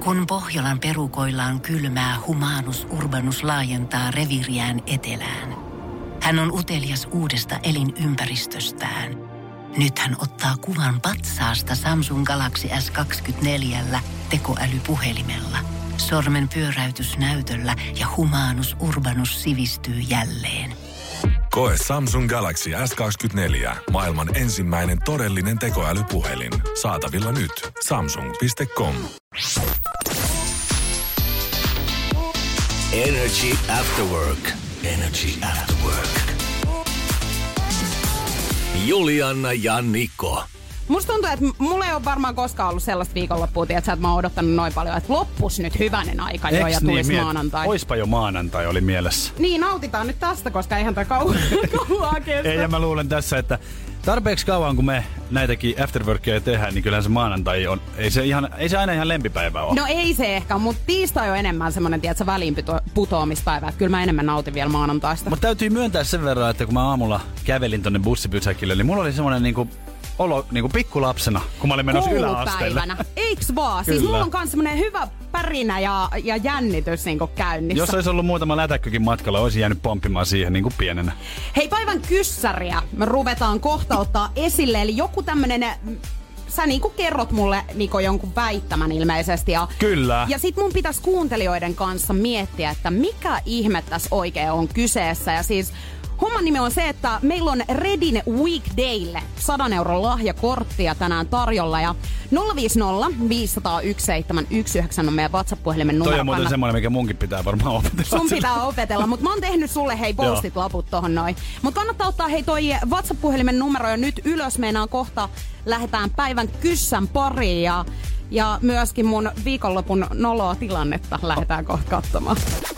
Kun Pohjolan perukoillaan kylmää, Humanus Urbanus laajentaa reviiriään etelään. Hän on utelias uudesta elinympäristöstään. Nyt hän ottaa kuvan patsaasta Samsung Galaxy S24 tekoälypuhelimella. Sormen pyöräytys näytöllä ja Humanus Urbanus sivistyy jälleen. Koe Samsung Galaxy S24. Maailman ensimmäinen todellinen tekoälypuhelin. Saatavilla nyt. Samsung.com. Energy After Work. Energy After Work. Julianna ja Niko. Musta tuntuu, että mulla ei ole varmaan koskaan ollut sellaista viikonloppua, että mä oon odottanut noin paljon, että loppus nyt hyvänen aika jo ja tulisi maanantai. Oispa jo maanantai oli mielessä. Niin, nautitaan nyt tästä, koska eihän tää kauaa kestä. Ei, ja mä luulen tässä, että tarpeeksi kauan kun me näitäkin afterworkia tehdään, niin kyllähän se maanantai on, ei se aina ihan lempipäivä ole. No ei se ehkä, mutta tiistai on enemmän semmonen, tiedätkö, väliinputoamispäivä, että kyllä mä enemmän nautin vielä maanantaista. Mutta täytyy myöntää sen verran, että kun mä aamulla kävelin tonne bussipysäkille, niin mulla oli semmonen olo pikkulapsena, kun mä olin menossa yläasteelle. Eiks vaan? Siis mulla on kans semmonen hyvä pärinä ja jännitys käynnissä. Jos olisi ollut muutama lätäkkökin matkalla, olisi jäänyt pomppimaan siihen pienenä. Hei, päivän kyssäriä me ruvetaan kohta ottaa esille. Eli joku tämmönen, sä kerrot mulle Niko jonkun väittämän ilmeisesti. Kyllä. Ja sit mun pitäisi kuuntelijoiden kanssa miettiä, että mikä ihme tässä oikein on kyseessä. Ja siis homman nimi on se, että meillä on Redin Weekdaylle 100 € lahjakorttia tänään tarjolla ja 050 501 719 on meidän WhatsApp-puhelimen numero. Toi on muuten semmoinen, mikä munkin pitää varmaan opetella. Sun pitää opetella, mutta mä oon tehnyt sulle postit laput tohon noin. Mutta kannattaa ottaa toi WhatsApp-puhelimen numero jo nyt ylös. Meinaan kohta lähdetään päivän kyssän pariin ja myöskin mun viikonlopun noloa tilannetta lähdetään kohta katsomaan.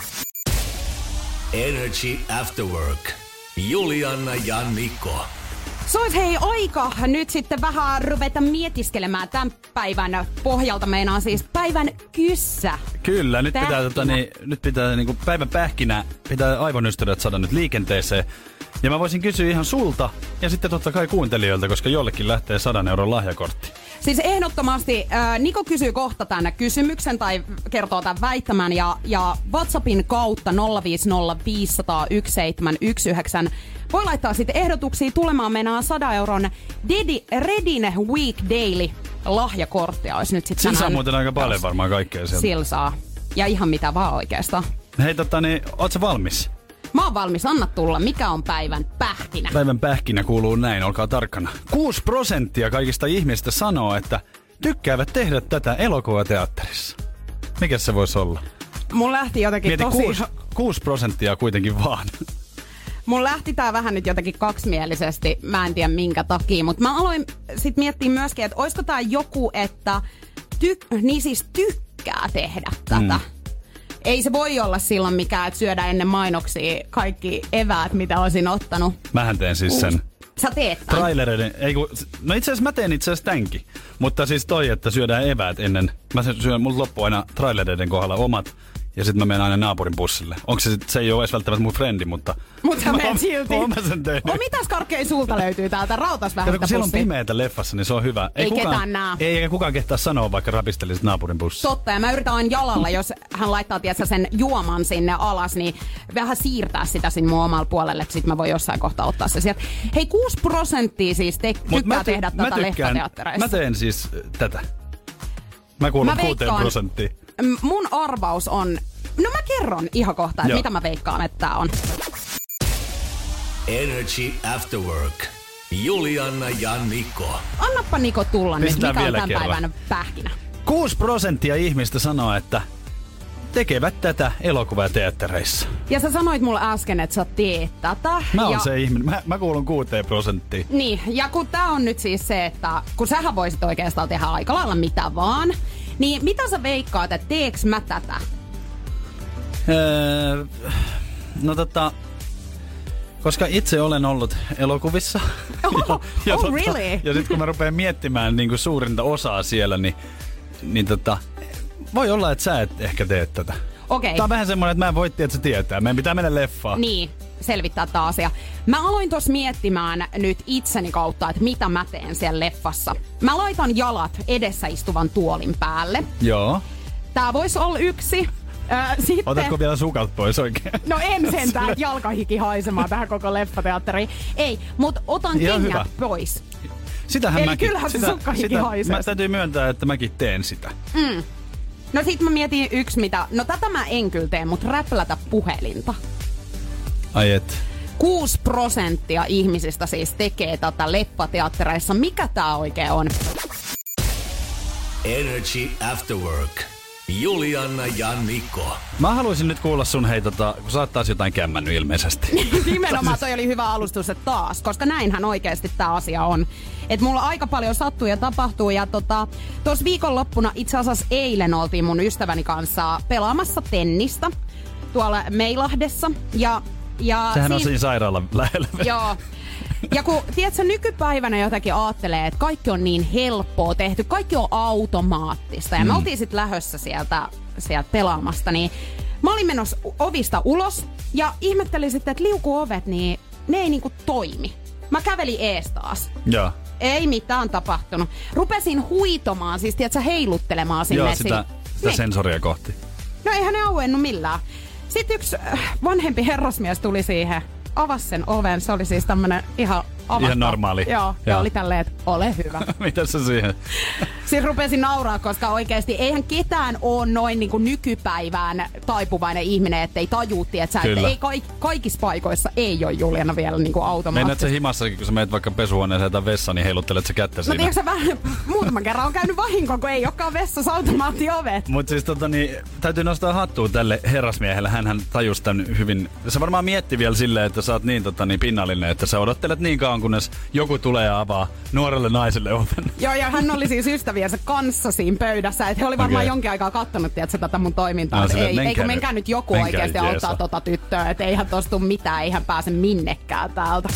Energy After Work. Julianna ja Niko. Se olisi aika nyt sitten vähän ruveta mietiskelemään tämän päivän pohjalta. Meinaan siis päivän kyssä. Kyllä, nyt pitää päivän pähkinä, pitää aivonystyrät saada nyt liikenteeseen. Ja mä voisin kysyä ihan sulta ja sitten totta kai kuuntelijoilta, koska jollekin lähtee 100 € lahjakortti. Siis ehdottomasti Niko kysyy kohta tänne kysymyksen tai kertoo tämän väittämän ja WhatsAppin kautta 050 501 719 voi laittaa sitten ehdotuksia tulemaan. Mennään 100 € Redin Weekdaily lahjakorttia olisi nyt sitten. Sillä saa muuten aika paljon varmaan kaikkea sieltä. Sillä saa. Ja ihan mitä vaan oikeastaan. Hei oot sä valmis? Mä oon valmis, anna tulla. Mikä on päivän pähkinä? Päivän pähkinä kuuluu näin, olkaa tarkkana. 6% kaikista ihmistä sanoo, että tykkäävät tehdä tätä elokuvateatterissa. Mikä se voisi olla? Mun lähti jotenkin mieti, 6% kuitenkin vaan. Mun lähti tää vähän nyt jotenkin kaksimielisesti, mä en tiedä minkä takia, mutta mä aloin sit miettiä myöskin, että olisiko tää joku, että tykkää tehdä tätä. Ei se voi olla silloin mikään, että syödään ennen mainoksia kaikki eväät, mitä olisin ottanut. Mähän teen siis sen. Sä teet tämän. Trailereiden, no itse asiassa mä teen itse asiassa tämänkin. Mutta siis että syödään eväät ennen. Mä syön, mulla loppuu aina trailereiden kohdalla omat. Ja sit mä menen aina naapurin bussille. Onko se ei ole edes välttämättä mun frendi, mutta sä menet silti. Oon mä sen tehnyt. Mitäs karkkeja sulta löytyy täältä? Rautas vähän sitä bussia. Siellä on pimeätä leffassa, niin se on hyvä. Ei ketään nää. Eikä kukaan kehtaa sanoa, vaikka rapistelisit naapurin bussissa. Totta, ja mä yritän aina jalalla, jos hän laittaa sen juoman sinne alas, niin vähän siirtää sitä sinne mun omalla puolelle, että sit mä voin jossain kohtaa ottaa se sieltä. Hei, 6% siis tykkää tehdä tätä leffateattereissa. Mä teen siis tätä. Mä kuulun 6%. Mun arvaus on... No mä kerron ihan kohta, että mitä mä veikkaan, että tää on. Energy After Work. Julianna ja Niko. Annappa Niko tulla nyt, mikä on tämän päivän pähkinä. 6% ihmistä sanoo, että tekevät tätä elokuvateattereissa. Ja sä sanoit mulle äsken, että sä teet tätä. Mä oon se ihminen. Mä kuulun 6%. Niin, ja kun tää on nyt siis se, että kun sähän voisit oikeastaan tehdä aika lailla mitä vaan, niin mitä sä veikkaat, että teeks mä tätä? Koska itse olen ollut elokuvissa. Really? Ja sit kun mä rupean miettimään niin kuin suurinta osaa siellä, niin voi olla, että sä et ehkä tee tätä. Okei. Tää on vähän semmoinen, että mä en voi tiedä, että se tietää. Meidän pitää mennä leffaan. Niin, selvittää tää asia. Mä aloin tossa miettimään nyt itseni kautta, että mitä mä teen siellä leffassa. Mä laitan jalat edessä istuvan tuolin päälle. Joo. Tää voisi olla yksi. Sitten... Otatko vielä sukat pois oikein? No en sentään, jalkahiki haisemaan tähän koko leffateatteriin. Ei, mutta otan kengät pois. Sitähän eli mäkin. Kyllähän se sukkahiki haisee. Mä täytyy myöntää, että mäkin teen sitä. No sit mä mietin yksi mitä. No tätä mä en kyllä tee, mutta räplätä puhelinta. Ai et. 6% ihmisistä siis tekee tätä leffateattereissa. Mikä tää oikein on? Energy After Work. Julianna ja Niko. Mä haluaisin nyt kuulla sun kun sä oot taas jotain kämmännyt ilmeisesti. Nimenomaan toi oli hyvä alustus, että taas, koska näinhän oikeasti tää asia on. Et mulla aika paljon sattuu ja tapahtuu ja tuossa viikonloppuna itse asiassa eilen oltiin mun ystäväni kanssa pelaamassa tennistä tuolla Meilahdessa ja sehän on siinä sairaalan lähellä. Joo. Ja kun, tiedätkö, nykypäivänä jotenkin ajattelee, että kaikki on niin helppoa tehty, kaikki on automaattista. Ja me oltiin sitten lähdössä sieltä pelaamasta, niin mä olin menossa ovista ulos ja ihmettelin sitten, että liukuovet, niin ne ei niinku toimi. Mä kävelin ees taas. Joo. Ei mitään tapahtunut. Rupesin huitomaan, siis tiedätkö, heiluttelemaan sinne. Joo, sitä sensoria kohti. No eihän ne auennut millään. Sitten yksi vanhempi herrasmies tuli siihen, avasi sen oven. Se oli siis tämmönen ihan avasta. Ihan normaali. Joo. Ja oli tälleen, että ole hyvä. Mitäs sä siihen? Siis rupesin nauraa, koska oikeesti eihän ketään ole noin niin kuin nykypäivään taipuvainen ihminen, ettei tajuutti, että ei kaikissa paikoissa ei ole Juliana vielä niin kuin automaattisesti. Meinaat sä himassakin, kun sä menet vaikka pesuhuoneeseen tai vessaan, niin heiluttelet sä kättä siinä? No tiedätkö muutaman kerran on käynyt vahinko, kun ei olekaan vessassa automaattiovet. Mut siis täytyy nostaa hattua tälle herrasmiehelle. Hänhän tajusi tän hyvin. Se varmaan mietti vielä silleen, että sä oot niin pinnallinen, että sä odottelet niin kauan, kunnes joku tulee ja avaa nuorelle naiselle oven. Joo, ja hän oli siis ystäviensä kanssa siinä pöydässä, että he oli varmaan jonkin aikaa kattonut, tiedätkö, tätä mun toimintaa. No, ei kun menkää nyt joku oikeasti auttaa tota tyttöä, että eihän tosta tuu mitään, eihän pääse minnekään täältä.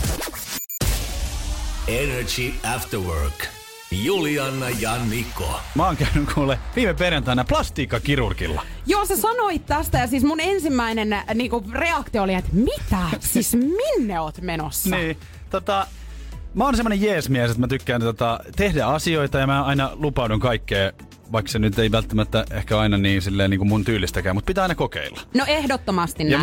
Energy After Work. Julianna ja Niko. Mä oon käynyt kuule viime perjantaina plastiikkakirurgilla. Joo, sä sanoit tästä ja siis mun ensimmäinen reaktio oli, että mitä? Siis minne oot menossa? Niin, mä oon semmonen jeesmies, että mä tykkään tehdä asioita ja mä aina lupaudun kaikkea, vaikka se nyt ei välttämättä ehkä aina niin silleen niin kuin mun tyylistäkään, mutta pitää aina kokeilla. No ehdottomasti näin. Ja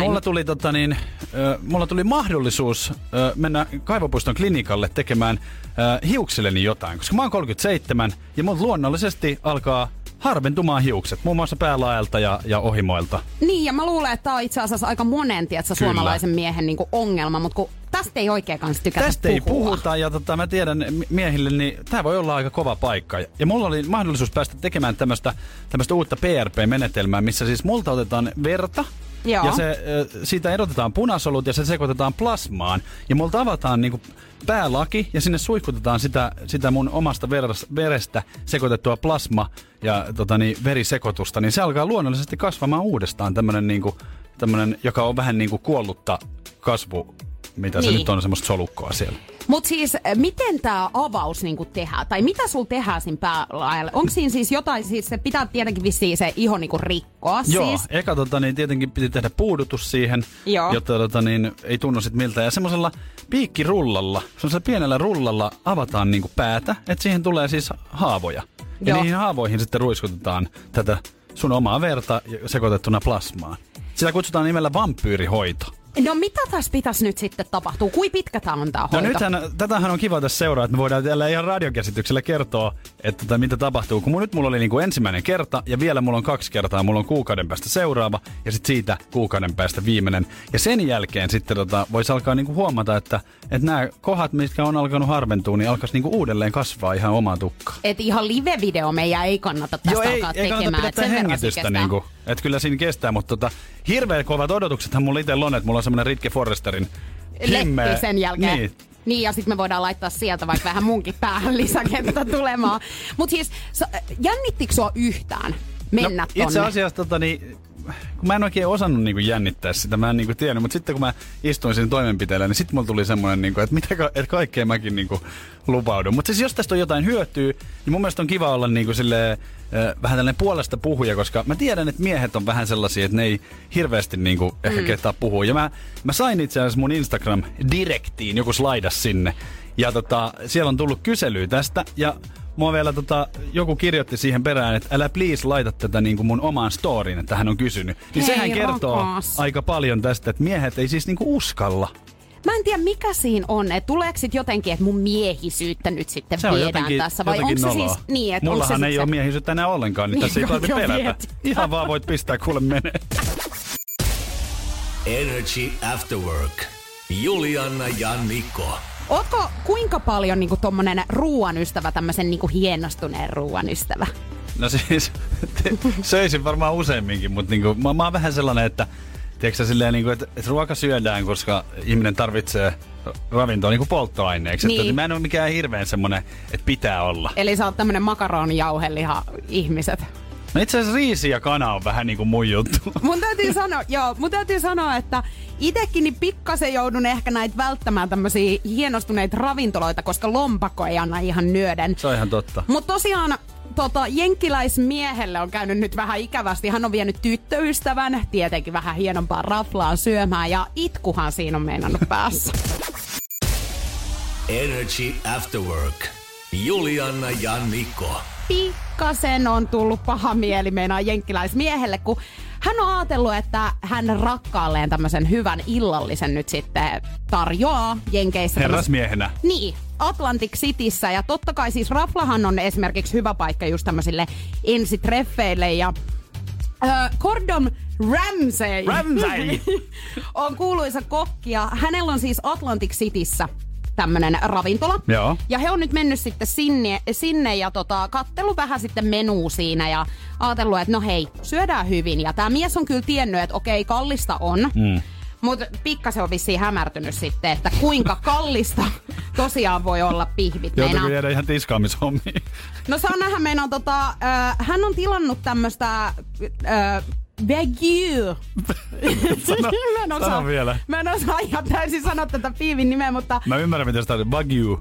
mulla tuli mahdollisuus mennä Kaivopuiston klinikalle tekemään hiuksilleni jotain, koska mä oon 37 ja mun luonnollisesti alkaa harventumaan hiukset, muun muassa päälaelta ja ohimoilta. Niin, ja mä luulen, että tää on itse asiassa aika monen, tiedätkö, suomalaisen miehen niinku ongelma, mutta kun tästä ei oikein kanssa tykätä tästä puhua. Ei puhuta, ja mä tiedän miehille, niin tää voi olla aika kova paikka. Ja mulla oli mahdollisuus päästä tekemään tämmöstä uutta PRP-menetelmää, missä siis multa otetaan verta, joo. Ja siitä erotetaan punasolut ja se sekoitetaan plasmaan. Ja multa avataan niinku päälaki ja sinne suihkutetaan sitä mun omasta verestä sekoitettua plasma ja verisekoitusta. Niin se alkaa luonnollisesti kasvamaan uudestaan tämmönen, joka on vähän niinku kuollutta kasvu, mitä se nyt on, semmoista solukkoa siellä. Mut siis, miten tää avaus niinku tehdään? Tai mitä sul tehdään siinä päälailla? Onko siinä siis jotain, siis se pitää tietenkin vissiin se iho niinku rikkoa siis? Joo, eka tietenkin piti tehdä puudutus siihen, jotta ei tunnu sit miltä. Ja semmosella piikkirullalla, semmoisella pienellä rullalla avataan niinku päätä, että siihen tulee siis haavoja. Ja niihin haavoihin sitten ruiskutetaan tätä sun omaa verta sekoitettuna plasmaan. Sitä kutsutaan nimellä vampyyrihoito. No mitä tässä pitäisi nyt sitten tapahtua? Kui pitkä tää on tää hoito? No nythän, tätähän on kiva tässä seuraa, että me voidaan tällä ihan radiokäsityksellä kertoa, että mitä tapahtuu. Kun nyt mulla oli niinku ensimmäinen kerta ja vielä mulla on 2 kertaa. Mulla on kuukauden päästä seuraava ja sitten siitä kuukauden päästä viimeinen. Ja sen jälkeen sitten voisi alkaa niinku huomata, että nämä kohdat, mitkä on alkanut harventua, niin alkaisi niinku uudelleen kasvaa ihan omaa tukkaan. Et ihan live-video meidän ei kannata tästä alkaa tekemään. Ei kannata pidä hengitystä niinku. Että kyllä siinä kestää, mutta hirveän kovat odotuksethan mulla itsellä on, että mulla on semmonen Ritke Forresterin himmeä. Letti sen jälkeen. Niin, ja sitten me voidaan laittaa sieltä vaikka vähän munkin päähän lisäkenttä tulemaan. Mutta siis, jännittikö sua yhtään mennä tonne? Itse asiassa kun mä en oikein osannut niinku jännittää sitä, mä en niinku tiennyt, mutta sitten kun mä istuin siinä toimenpiteellä, niin sitten mulla tuli semmoinen, niinku, että että kaikkea mäkin niinku lupaudun. Mutta siis jos tästä on jotain hyötyä, niin mun mielestä on kiva olla niinku silleen, vähän tällainen puolesta puhuja, koska mä tiedän, että miehet on vähän sellaisia, että ne ei hirveästi niinku ehkä kehtaa puhua. Ja mä sain itse asiassa mun Instagram-direktiin, joku slaidas sinne, ja siellä on tullut kyselyä tästä, ja mua vielä joku kirjoitti siihen perään, että älä please laita tätä niinku mun omaan storyin, että hän on kysynyt. Niin hei, sehän kertoo rakas. aika paljon tästä, että miehet ei siis niinku uskalla. Mä en tiedä, mikä siinä on. Että tuleeko sit jotenkin, että mun miehisyyttä nyt sitten Se on viedään tässä? Vai onko se siis niin, että mullahan ei se ole miehisyyttä enää ollenkaan, niin tässä ei tarvitse pelätä. Ihan vaan voit pistää, kuule menee. Energy After Work. Julianna ja Niko. Ootko kuinka paljon niinku tommonen ruoanystävä, tämmösen niinku hienostuneen ruoanystävä? No siis, söisin varmaan useamminkin, mutta niinku, mä oon vähän sellainen, että tiedätkö silleen, niinku, että ruoka syödään, koska ihminen tarvitsee ravintoa niinku polttoaineeksi. Niin. Että mä en ole mikään hirveän semmonen, että pitää olla. Eli sä oot tämmönen makaronijauheliha-ihmiset. No itse asiassa riisi ja kana on vähän niinku mun juttu. Mun täytyy sanoa, että itekin niin pikkasen joudun ehkä näitä välttämään tämmösiä hienostuneita ravintoloita, koska lompakko ei anna ihan nyöden. Se on ihan totta. Mut tosiaan jenkkiläismiehelle on käynyt nyt vähän ikävästi. Hän on vienyt tyttöystävän, tietenkin vähän hienompaa raflaa syömään, ja itkuhan siinä on meinannut päässä. Energy After Work. Julianna ja Niko. Pikkasen on tullut paha mieli meinaa jenkkiläismiehelle, kun hän on ajatellut, että hän rakkaalleen tämmöisen hyvän illallisen nyt sitten tarjoaa Jenkeissä. Herrasmiehenä. Niin, Atlantic Cityssä. Ja totta kai siis raflahan on esimerkiksi hyvä paikka just tämmöisille ensitreffeille. Ja Gordon Ramsay on kuuluisa kokki, ja hänellä on siis Atlantic Cityssä tämmönen ravintola. Joo. Ja he on nyt mennyt sitten sinne ja kattellut vähän sitten menuu siinä ja ajatellut, että no hei, syödään hyvin. Ja tää mies on kyllä tiennyt, että okei, kallista on. Mutta pikkasen on vissiin hämärtynyt sitten, että kuinka kallista tosiaan voi olla pihvit. Joutuuko jäädä ihan tiskaamishommiin? No saa nähdä, hän on tilannut tämmöstä Wagyu. Sano vielä. Mä en osaa ihan täysin sanoa tätä piivin nimeä, mutta Mä ymmärrän, miten sitä on. Wagyu.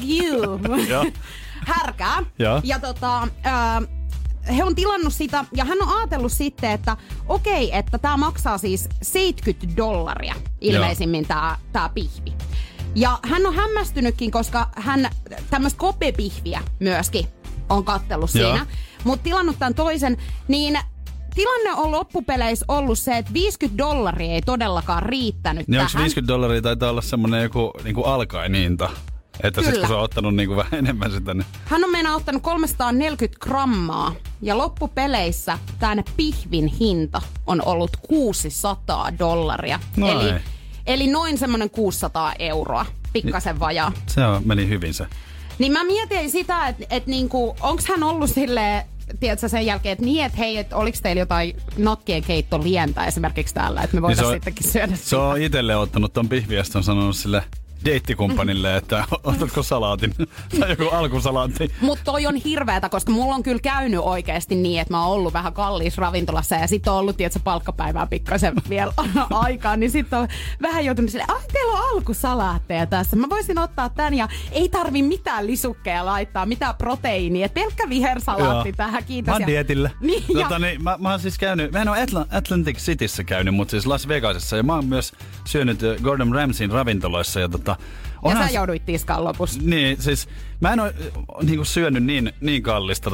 Härkää. Joo. Ja he on tilannut sitä, ja hän on ajatellut sitten, että okei, että tää maksaa siis $70 ilmeisimmin tää pihvi. Ja hän on hämmästynytkin, koska hän tämmöistä kopepihviä myöskin on kattellut siinä. Mutta tilannut tämän toisen, niin tilanne on loppupeleissä ollut se, että $50 ei todellakaan riittänyt niin tähän. Onko $50 taitaa olla semmonen joku niinku alkainhinta? Että sitten kun se on ottanut niinku vähän enemmän sitä, niin hän on meinaa ottanut 340 grammaa, ja loppupeleissä tämän pihvin hinta on ollut $600. Eli noin semmonen 600 €. Pikkasen vajaa. Se meni hyvin se. Niin mä mietin sitä, että niinku, onks hän ollut silleen, tiedätkö sen jälkeen, että niin, että hei, että oliks teillä jotain nakkien keittolientä esimerkiksi täällä, että me voidaan niin sittenkin syödä sitä. Se on itelle ottanut ton pihviästä, on sanonut sille deittikumppanille, että otatko salaatin tai joku alkusalaatti. Mutta toi on hirveetä, koska mulla on kyllä käynyt oikeasti niin, että mä oon ollut vähän kalliissa ravintolassa ja sit on ollut, tiedätkö, palkkapäivää pikkasen vielä aikaa, niin sit on vähän joutunut silleen, teillä on alkusalaatteja tässä, mä voisin ottaa tän ja ei tarvi mitään lisukkeja laittaa, mitään proteiinia, pelkkä vihersalaatti tähän, kiitos. Mä oon dietillä. Niin, mä oon siis käynyt, mä en ole Atlantic Cityssä käynyt, mutta siis Las Vegasissa, ja mä oon myös syönyt Gordon Ramsayn ravintoloissa, ja sä jouduit tiskaan lopussa. Niin, siis mä en ole niinku syönyt niin kallista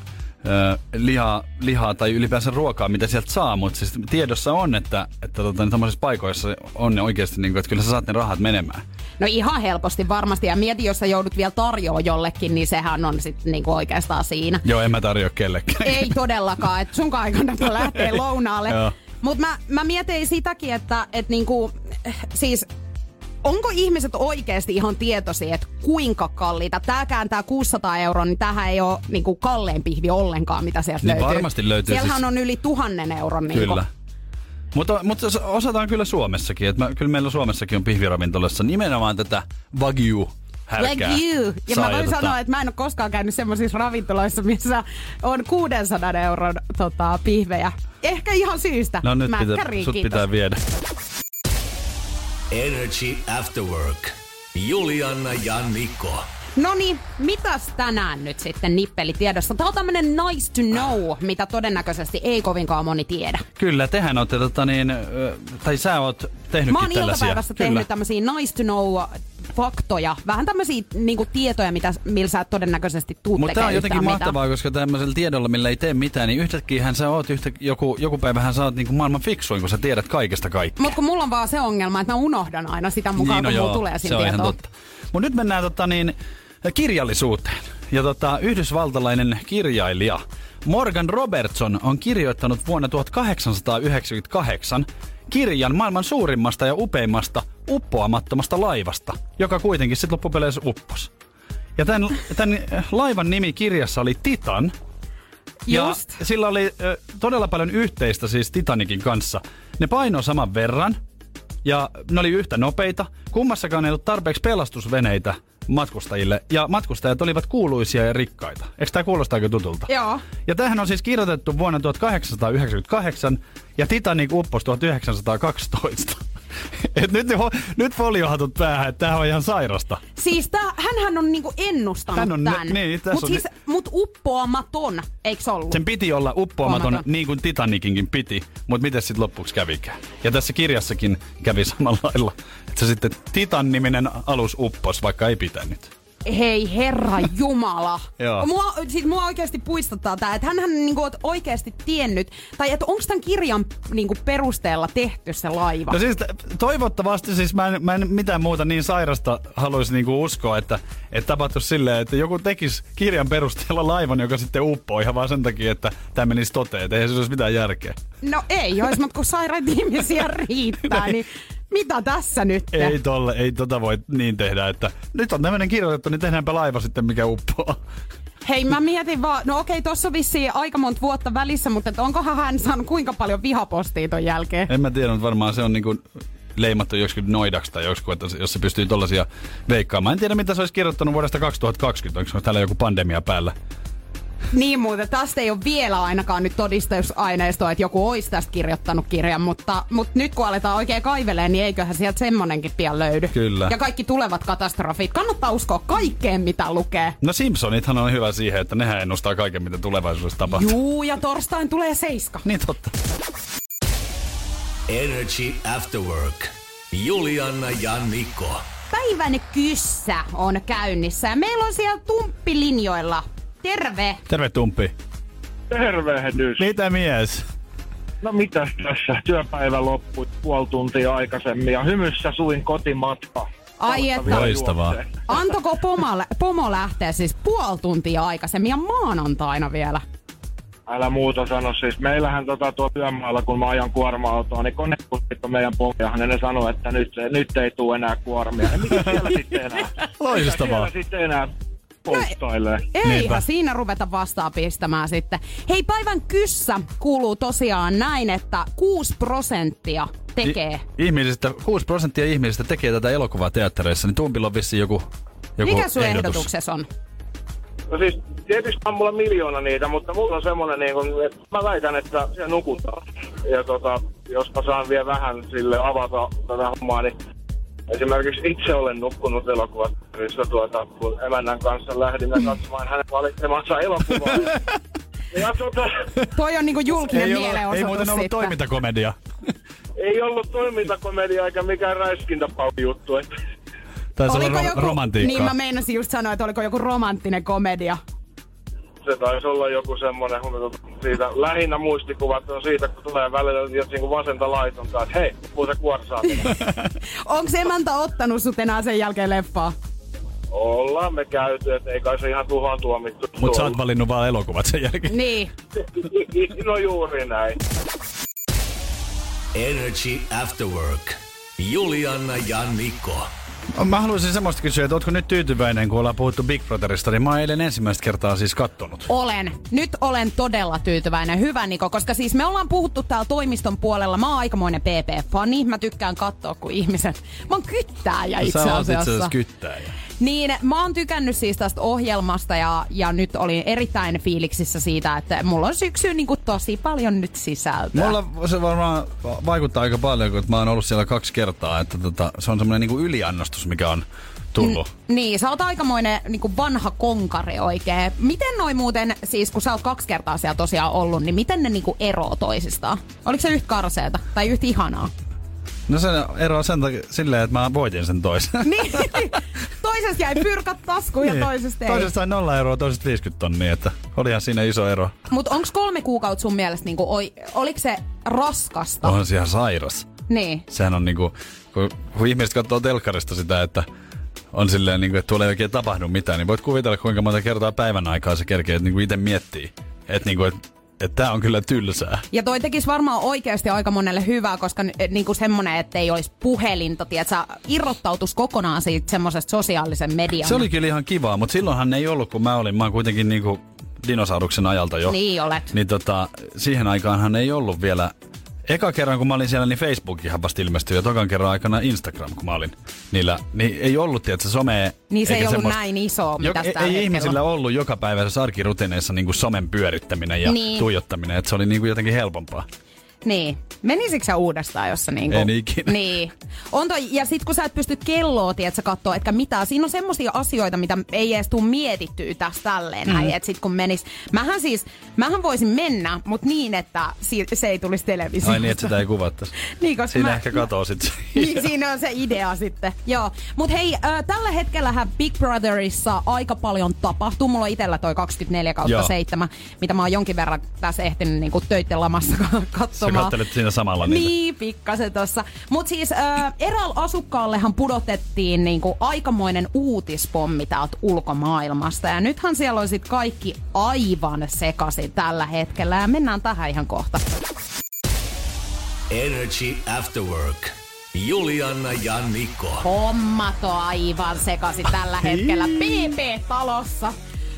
lihaa tai ylipäänsä ruokaa, mitä sieltä saa, mutta siis tiedossa on, että tämmöisissä paikoissa on oikeasti, niinku, että kyllä sä saat ne rahat menemään. No ihan helposti varmasti, ja mieti, jos sä joudut vielä tarjoa jollekin, niin sehän on sitten niinku oikeastaan siinä. Joo, en mä tarjoa kellekään. Ei todellakaan, että sunkaan ei kannata lähteä lounaalle. Mutta mä mietin sitäkin, että niinku, siis onko ihmiset oikeasti ihan tietoisia, että kuinka kalliita? Tääkään tää 600 €, niin tämähän ei ole niinku kallein pihvi ollenkaan, mitä sieltä löytyy. Varmasti löytyy. Siellähän on yli 1 000 €. Niinku. Kyllä. Mutta osataan kyllä Suomessakin. Kyllä meillä Suomessakin on pihviravintolassa nimenomaan tätä Wagyu. Härkää. Wagyu. Ja mä voin sanoa, että mä en ole koskaan käynyt semmoisissa ravintoloissa, missä on 600 € pihvejä. Ehkä ihan syystä. No nyt sut pitää viedä. Energy After Work. Julianna ja Niko. Noniin, mitäs tänään nyt sitten nippelitiedossa? Tää on tämmönen nice to know, mitä todennäköisesti ei kovinkaan moni tiedä. Kyllä, tehän ootte tai sä oot tehnytkin tällaisia. Mä oon iltapäivässä tehnyt tämmösiä nice to know faktoja, vähän tämmöisiä niinku tietoja, millä sä todennäköisesti tuut Mutta tää on jotenkin mitään. mahtavaa, koska tämmöisellä tiedolla, millä ei tee mitään, niin yhtäkkiä sä oot joku päivähän sä oot niinku maailman fiksuin, kun sä tiedät kaikesta kaikkea. Mutta kun mulla on vaan se ongelma, että mä unohdan aina sitä mukaan, kun mulla tulee siinä tietoa. Se on ihan totta. Mut nyt mennään kirjallisuuteen. Ja yhdysvaltalainen kirjailija Morgan Robertson on kirjoittanut vuonna 1898 kirjan maailman suurimmasta ja upeimmasta uppoamattomasta laivasta, joka kuitenkin sitten loppupeleissä uppos. Ja tämän laivan nimi kirjassa oli Titan. Ja sillä oli todella paljon yhteistä siis Titanikin kanssa. Ne painoi saman verran ja ne oli yhtä nopeita. Kummassakaan ei ollut tarpeeksi pelastusveneitä matkustajille. Ja matkustajat olivat kuuluisia ja rikkaita. Eikö tämä kuulosta aika tutulta? Joo. Ja tämähän on siis kirjoitettu vuonna 1898 ja Titanic upposi 1912. Et nyt foliohatut päähän, että tämähän on ihan sairasta. Siis hänhän on niinku ennustanut tämän. Mut uppoamaton, eikö ollut? Sen piti olla uppoamaton, niin kuin Titanicinkin piti, mutta miten sitten loppuksi kävikään? Ja tässä kirjassakin kävi samalla lailla, että se sitten Titan-niminen alus uppos, vaikka ei pitänyt. Hei herra jumala. Mua oikeasti puistuttaa tää, että hänhän niinku on oikeasti tiennyt, tai että onko tämän kirjan niinku perusteella tehty se laiva? No siis toivottavasti siis mä en mitään muuta niin sairasta haluaisi niinku uskoa, että tapahtuisi silleen, että joku tekisi kirjan perusteella laivan, joka sitten uppoo ihan vaan sen takia, että tämä menisi toteen, että eihän se olisi mitään järkeä. No ei, jos kun sairaita ihmisiä riittää, niin mitä tässä nyt? Ei tota voi niin tehdä, että nyt on tämmöinen kirjoitettu, niin tehdäänpä laiva sitten, mikä uppoo. Hei, mä mietin vaan, no okei, tossa on vissiin aika monta vuotta välissä, mutta onkohan hän saanut kuinka paljon vihapostia ton jälkeen? En mä tiedä, mutta varmaan se on niinku leimattu joksikin noidaksi tai joksikin, että jos se pystyy tollasia veikkaamaan. En tiedä, mitä se olisi kirjoittanut vuodesta 2020, onko täällä joku pandemia päällä? Niin muuten, tästä ei ole vielä ainakaan nyt todistusaineistoa, että joku olisi tästä kirjoittanut kirjan, mutta nyt kun aletaan oikein kaiveleen, niin eiköhän sieltä semmonenkin pian löydy. Kyllä. Ja kaikki tulevat katastrofit. Kannattaa uskoa kaikkeen, mitä lukee. No Simpsonithan on hyvä siihen, että nehän ennustaa kaiken, mitä tulevaisuudessa tapahtuu. Juu, ja torstain tulee 7. Niin totta. Energy After Work. Juliana ja Niko. Päivän kyssä on käynnissä ja meillä on siellä Tumppi-linjoilla. Terve! Terve Tumppi. Tervehdys. Mitä mies? No mitäs tässä? Työpäivä loppui puoli tuntia aikaisemmin ja hymyssä suin kotimatka. Ai että. Loistavaa. Antako pomo lähteä siis puoli tuntia aikaisemmin ja maanantaina vielä? Älä muuta sano siis. Meillähän tuolla työmaalla, kun mä ajan kuorma-autoa, niin konekustit on meidän pomojahan ja ne sanoo, että nyt ei tule enää kuormia. Ja mitä siellä sitten enää? Loistavaa. Mitä siellä sitten enää? No, eihän siinä ruveta vastaan pistämään sitten. Hei, päivän kyssä kuuluu tosiaan näin, että 6% tekee. 6% ihmisistä tekee tätä elokuvaa teattereissa, niin Tumpilla on vissiin joku mikä sun ehdotuksessa on? No siis, tietysti on mulla miljoona niitä, mutta mulla on semmonen että mä väitän, että siellä nukutaan. Ja jos mä saan vielä vähän sille avata tätä hommaa, niin esimerkiksi itse olen nukkunut elokuvateatterissa kun emännän kanssa lähdimme katsomaan hänen valitsemansa elokuvaa. Toi on niinku julkinen mielenosoitus. Ei muuten ollut toimintakomedia. Ei ollut toimintakomedia eikä mikään räiskintäpaujuttu. Taisi olla romantiikkaa. Niin mä meinasin just sanoa, että oliko joku romanttinen komedia. Se taisi olla joku semmonen, siitä lähinnä muistikuvat on siitä, kun tulee välillä jotain vasenta laitonta, että hei, puhuta kuorsaa. Onko emäntä ottanut sut enää sen jälkeen leffaa? Ollaan me käyty, että ei kai se ihan tuhoan tuomittu. Mut sä oot valinnut vaan elokuvat sen jälkeen. Niin. No juuri näin. Energy After Work. Juliana ja Niko. Mä haluaisin semmoista kysyä, että ootko nyt tyytyväinen, kun ollaan puhuttu Big Brotherista, niin mä oon eilen ensimmäistä kertaa siis kattonut. Olen. Nyt olen todella tyytyväinen. Hyvä Niko, koska siis me ollaan puhuttu täällä toimiston puolella. Mä oon aikamoinen PP-fani. Mä tykkään katsoa, kun ihmiset... Mä oon kyttääjä itse asiassa. Sä oot itse asiassa kyttääjä. Niin, mä oon tykännyt siis tästä ohjelmasta ja nyt olin erittäin fiiliksissä siitä, että mulla on syksyyn niin kuin tosi paljon nyt sisältöä. Mulla se varmaan vaikuttaa aika paljon, kun mä oon ollut siellä 2 kertaa, että se on semmoinen niin kuin yliannostus, mikä on tullut. Niin, sä oot aikamoinen niin kuin vanha konkari oikein. Miten noi muuten, siis kun sä oot 2 kertaa siellä tosiaan ollut, niin miten ne niin kuin eroo toisistaan? Oliko se yhtä karseeta tai yhtä ihanaa? No se eroaa sen takia silleen, että mä voitin sen toisen. Niin, Toisesta jäi fyrkat taskuun ja toisesta ei. Toisesta sai 0 euroa, toisesta 50 tonnia, että olihan siinä iso ero. Mut onks 3 kuukautta sun mielestä niinku, oliko se raskasta? Onhan se ihan sairas. Niin. Sehän on niinku, kun ihmiset katsoo telkkarista sitä, että on silleen niinku, että tuolla ei oikein tapahdu mitään, niin voit kuvitella kuinka monta kertaa päivän aikaa se kerkee, että niinku itse miettii. Että niinku, että tää on kyllä tylsää. Ja toi tekisi varmaan oikeasti aika monelle hyvää, koska niinku semmonen, että ei olisi puhelinta, tietsä, irrottautus kokonaan siitä semmosesta sosiaalisen median. Se oli kyllä ihan kivaa, mutta silloinhan ei ollut, kun mä oon kuitenkin niinku dinosauruksen ajalta jo. Niin olet. Niin siihen aikaanhan ei ollut vielä. Eka kerran, kun mä olin siellä, niin Facebookihan vasta ilmestyi, ja tokan kerran aikana Instagram, kun mä olin niillä. Niin ei ollut, tietsä, somea. Niin se ei ollut näin iso, mitä sitä ei ihmisillä ollut jokapäiväisessä arkirutiineissa niinku somen pyörittäminen ja tuijottaminen, että se oli niinku jotenkin helpompaa. Niin. Menisikö sä uudestaan, jossa niinku... En ikinä. Niin. Ja sit kun sä et pysty kelloa, tietsä, kattoo, etkä mitään. Siinä on semmosia asioita, mitä ei edes tuu mietittyä tässä tälleen näin. Et sit kun menis... Mähän voisin mennä, mut niin, että se ei tulisi televisiosta. Ai niin, että sitä ei kuvattais. Niin, koska siinä ehkä katoo sit se niin, siinä on se idea sitten. Joo. Mut hei, tällä hetkellähän Big Brotherissa aika paljon tapahtuu. Mulla on itellä toi 24/7, mitä mä oon jonkin verran tässä ehtinyt niinku töitten lamassa katsomaan. Sä kattelet siinä samalla niitä. Niin, pikkasen tossa. Mut siis eräällä asukkaallehan pudotettiin niinku aikamoinen uutispommi täältä ulkomaailmasta. Ja nythän siellä on sit kaikki aivan sekaisin tällä hetkellä. Ja mennään tähän ihan kohta. Energy After Work. Juliana ja Niko. Hommat on aivan sekaisin tällä hetkellä. PP-talossa.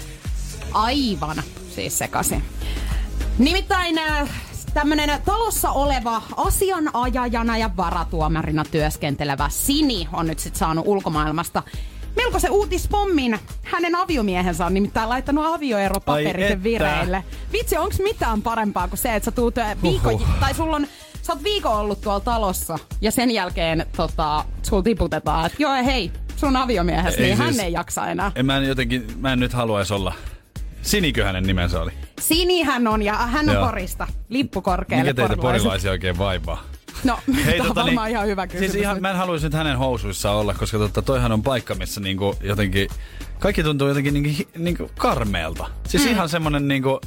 Aivan siis sekaisin. Nimittäin... tämmönen talossa oleva asianajajana ja varatuomarina työskentelevä Sini on nyt sit saanut ulkomaailmasta melko se uutispommin. Hänen aviomiehensä on nimittäin laittanut avioeropaperit vireille. Vitsi, onks mitään parempaa kuin se, että sä tuut tai sä oot viikon ollut tuolla talossa ja sen jälkeen sul tiputetaan, että joo hei, sun aviomies, niin siis, hän ei jaksa enää. Mä en nyt haluaisi olla. Sinikö hänen nimensä oli? Sini hän on ja hän on Porista. Lippu korkealle. Mikä teitä porilaisia oikein vaivaa? No, tämä on varmaan ihan hyvä kysymys. Siis mä en haluaisi nyt hänen housuissaan olla, koska toihan on paikka, missä niinku jotenkin... Kaikki tuntuu jotenkin niinku karmeelta. Siis ihan semmonen niinku...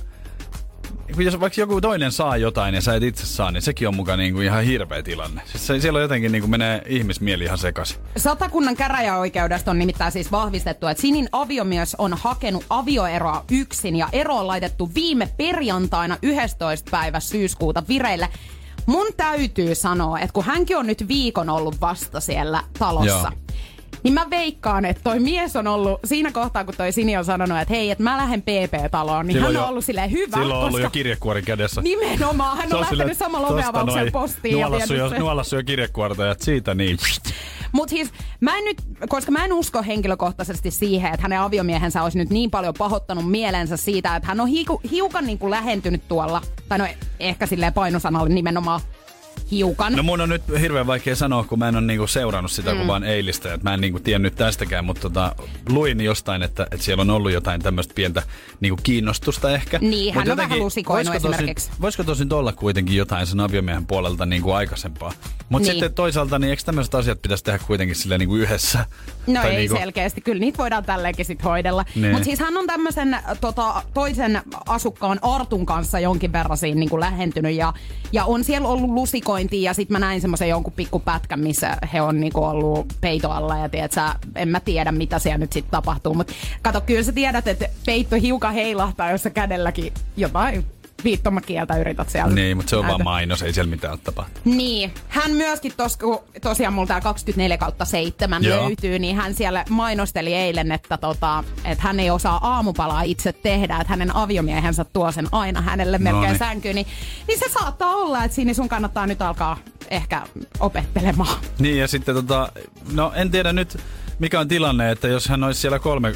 Jos vaikka joku toinen saa jotain ja sä et itse saa, niin sekin on mukaan niinku ihan hirveä tilanne. Siis siellä on jotenkin niinku menee ihmismieli ihan sekaisin. Satakunnan käräjäoikeudesta on nimittäin siis vahvistettu, että Sinin aviomies on hakenut avioeroa yksin ja ero on laitettu viime perjantaina 11. päivä syyskuuta vireille. Mun täytyy sanoa, että kun hänkin on nyt viikon ollut vasta siellä talossa, niin mä veikkaan, että toi mies on ollut siinä kohtaa, kun toi Sini on sanonut, että hei, että mä lähden PP-taloon, niin hän on ollut silleen hyvä. Silloin on ollut jo kirjekuori kädessä. Nimenomaan, hän on lähtenyt samalla oveavauksen postiin. Nuolassu jo kirjekuorta ja siitä niin. Mut siis koska mä en usko henkilökohtaisesti siihen, että hänen aviomiehensä olisi nyt niin paljon pahoittanut mielensä siitä, että hän on hiukan niin kuin lähentynyt tuolla, tai no ehkä silleen painosanalle nimenomaan hiukan. No mun on nyt hirveän vaikea sanoa, kun mä en ole niinku seurannut sitä kuin vaan eilistä. Et mä en niinku tiennyt tästäkään, mutta luin jostain, että siellä on ollut jotain tämmöistä pientä niinku kiinnostusta ehkä. Niin, hän on vähän lusikoinut esimerkiksi. Voisiko tosin olla kuitenkin jotain sen aviomiehen puolelta niinku aikaisempaa? Mutta niin. Sitten toisaalta, niin eikö tämmöiset asiat pitäisi tehdä kuitenkin silleen niinku yhdessä? No ei niinku... selkeästi, kyllä niitä voidaan tälleenkin sit hoidella. Niin. Mutta siis hän on tämmöisen toisen asukkaan Artun kanssa jonkin verran siinä niinku lähentynyt ja on siellä ollut lusikointia ja sit mä näin semmoisen jonkun pikkupätkän, missä he on niinku ollut peito alla ja en mä tiedä mitä siellä nyt sit tapahtuu, mutta kato, kyllä sä tiedät, että peitto hiukan heilahtaa, jos sä kädelläkin jotain viittomakieltä yrität siellä. Niin, mutta se on vaan mainos, ei siellä mitään tapahtuu. Niin. Hän myöskin tosiaan mulla tää 24/7 löytyy, niin hän siellä mainosteli eilen, että hän ei osaa aamupalaa itse tehdä, että hänen aviomiehensä tuo sen aina hänelle melkein sänkyyn. Niin se saattaa olla, että siinä sun kannattaa nyt alkaa ehkä opettelemaan. Niin, ja sitten no en tiedä nyt mikä on tilanne, että jos hän olisi siellä kolme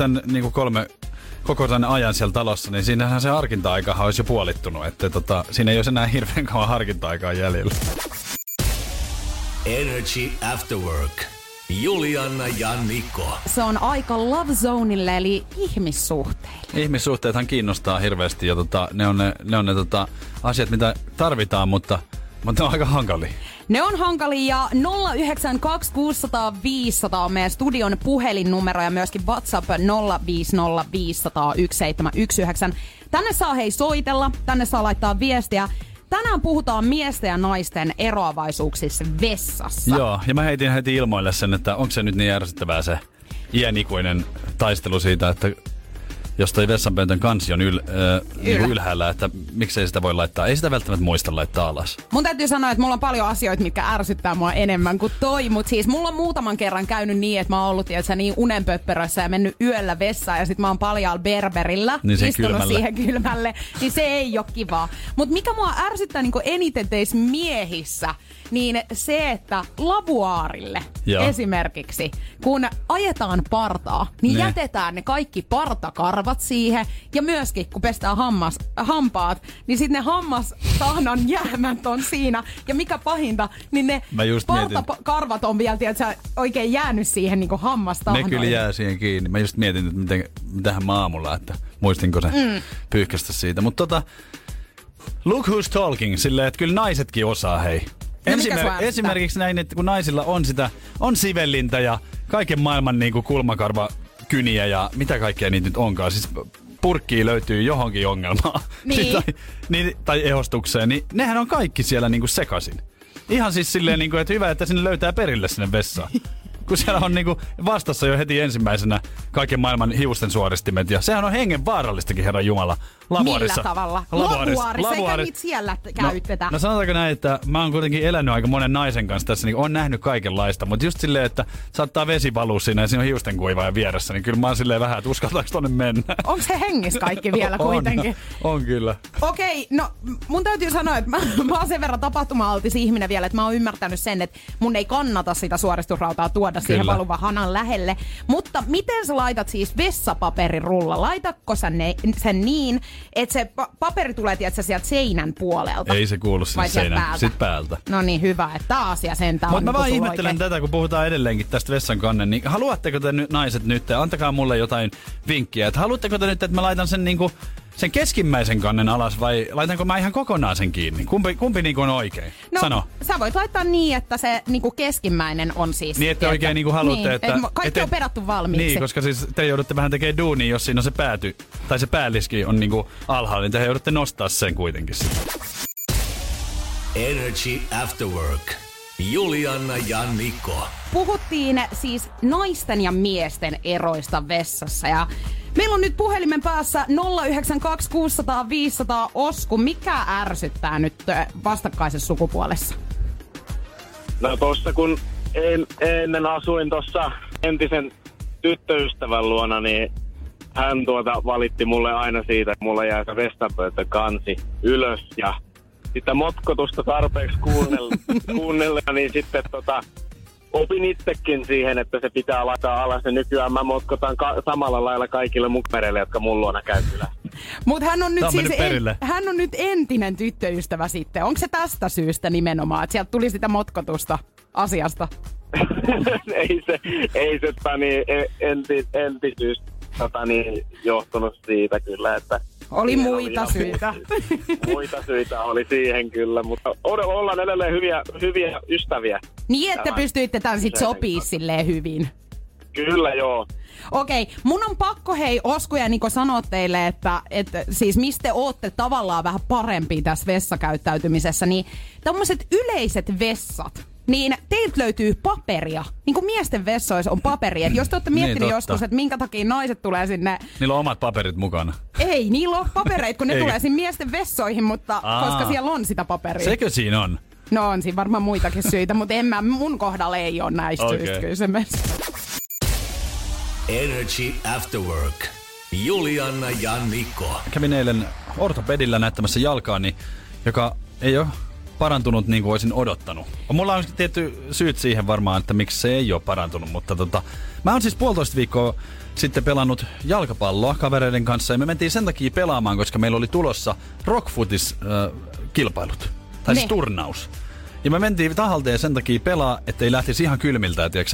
koko tämän ajan siellä talossa, niin siinähän se harkinta-aikahan olisi jo puolittunut, että siinä ei olisi enää hirveän kauan harkinta-aikaa jäljellä. Energy After Work. Juliana ja Niko. Se on aika love zoneille, eli ihmissuhteille. Ihmissuhteethan kiinnostaa hirveästi ja ne on ne asiat, mitä tarvitaan, mutta ne on aika hankalia. Ne on hankalia. 092 600 500 on meidän studion puhelinnumero ja myöskin WhatsApp 050 500 1719. Tänne saa soitella, tänne saa laittaa viestiä. Tänään puhutaan miesten ja naisten eroavaisuuksissa vessassa. Joo, ja mä heitin heti ilmoille sen, että onko se nyt niin ärsyttävää se iänikuinen taistelu siitä, että jos toi vessanpöntön kansi on ylhäällä, että miksei sitä voi laittaa. Ei sitä välttämättä muista laittaa alas. Mun täytyy sanoa, että mulla on paljon asioita, mitkä ärsyttää mua enemmän kuin toi. Mutta siis mulla on muutaman kerran käynyt niin, että mä oon ollut niin unenpöppörössä ja mennyt yöllä vessaan. Ja sit mä oon paljaalla berberillä istunut siihen kylmälle. Niin se ei oo kivaa. Mutta mikä mua ärsyttää niin eniten teissä miehissä, niin se, että lavuaarille esimerkiksi, kun ajetaan partaa, niin jätetään ne kaikki partakarvat siihen. Ja myöskin, kun pestään hampaat, niin sitten ne hammastahnan jäämät on siinä. Ja mikä pahinta, niin ne partakarvat on vielä oikein jäänyt siihen niin hammastahnoihin. Ne kyllä jää siihen kiinni. Mä just mietin, että mitähän mä aamulla, että muistinko se pyyhkästä siitä. Mutta look who's talking, silleen, että kyllä naisetkin osaa, hei. Esimerkiksi näin, että kun naisilla on sivellintä ja kaiken maailman niin kuin kulmakarvakyniä ja mitä kaikkea niitä nyt onkaan. Siis purkkiin löytyy johonkin ongelmaan tai ehostukseen, niin nehän on kaikki siellä niin kuin sekaisin. Ihan siis silleen, niin kuin, että hyvä, että sinne löytää perille sinne vessaan. Kun siellä on niinku vastassa jo heti ensimmäisenä kaiken maailman hiusten suoristimet. Ja sehän on hengen vaarallistakin, herran jumala. Millä tavalla? Lavuaarissa, eikä niitä siellä käytetä. No sanotaanko näin, että mä oon kuitenkin elänyt aika monen naisen kanssa tässä, niin on nähnyt kaikenlaista. Mutta just silleen, että saattaa vesi valua siinä ja siinä on hiusten kuivaaja vieressä, niin kyllä mä oon silleen vähän, että uskaltaako tonne mennä. Onko se hengissä kaikki vielä kuitenkin? On kyllä. Okei, no mun täytyy sanoa, että mä oon sen verran tapahtuma-altis ihminen vielä, että mä oon ymmärtänyt sen, että mun ei kannata sitä suoristusrautaa tuoda siihen valuvan hanan lähelle. Mutta miten sä laitat siis vessapaperirulla? Laitatko sä sen niin, että se paperi tulee sieltä seinän puolelta? Ei se kuulu sinne seinän, sit päältä. No niin, hyvä, että tää asia sentään on. Mutta mä vaan ihmettelen tätä, kun puhutaan edelleenkin tästä vessankannen, niin haluatteko te nyt naiset nyt, antakaa mulle jotain vinkkiä, että haluatteko te nyt, että mä laitan sen niinku sen keskimmäisen kannen alas vai laitanko mä ihan kokonaan sen kiinni? Kumpi niinku on oikein? No, sano. Sä voit laittaa niin, että se niinku keskimmäinen on siis. Niin, että oikein niinku haluatte, niin, että kaikki on pedattu valmiiksi. Niin, koska siis te joudutte vähän tekemään duunia, jos siinä on se pääty, tai se päälliski on niinku alhaalla, niin te joudutte nostaa sen kuitenkin. Energy After Work. Julianna ja Niko. Puhuttiin siis naisten ja miesten eroista vessassa ja meillä on nyt puhelimen päässä 092 600 500 Osku. Mikä ärsyttää nyt vastakkaisessa sukupuolessa? No tossa kun ennen asuin tossa entisen tyttöystävän luona, niin hän valitti mulle aina siitä, että mulla jää se vessanpöytön kansi ylös ja sitä motkotusta tarpeeksi kuunnella, niin sitten opin itsekin siihen, että se pitää laittaa alas ja nykyään mä motkotan samalla lailla kaikille mukmereille, jotka mun luona käy kylässä. Mutta hän on nyt entinen tyttöystävä sitten. Onko se tästä syystä nimenomaan, että sieltä tuli sitä motkotusta asiasta? ei se entisyys johtunut siitä kyllä, että oli muita syitä. Muita syitä oli siihen kyllä, mutta ollaan edelleen hyviä ystäviä. Niin, että pystyitte tämän sit sopii silleen hyvin. Kyllä, joo. Okei, mun on pakko Osku ja Niko sanoa teille, että siis mistä te ootte tavallaan vähän parempia tässä vessakäyttäytymisessä, niin tommoset yleiset vessat, niin teiltä löytyy paperia. Niin kuin miesten vessoissa on paperi. Et jos te olette miettinyt joskus, että minkä takia naiset tulee sinne. Niillä on omat paperit mukana. Ei, niillä on papereita, kun ne tulee sinne miesten vessoihin, mutta koska siellä on sitä paperia. Sekö siinä on? No on siinä varmaan muitakin syitä, mutta mun kohdalla ei ole näistä syistä kysymys. Energy After Work. Julianna ja Niko. Kävin eilen ortopedillä näyttämässä jalkaani, joka ei ole parantunut niin kuin olisin odottanut. Mulla on tietty syyt siihen varmaan, että miksi se ei ole parantunut, mutta mä oon siis 1,5 viikkoa sitten pelannut jalkapalloa kavereiden kanssa ja me mentiin sen takia pelaamaan, koska meillä oli tulossa rockfootis-kilpailut. Tai siis turnaus. Ja me mentiin tahalteen sen takia pelaa, ettei lähtisi ihan kylmiltään, tiiäksä,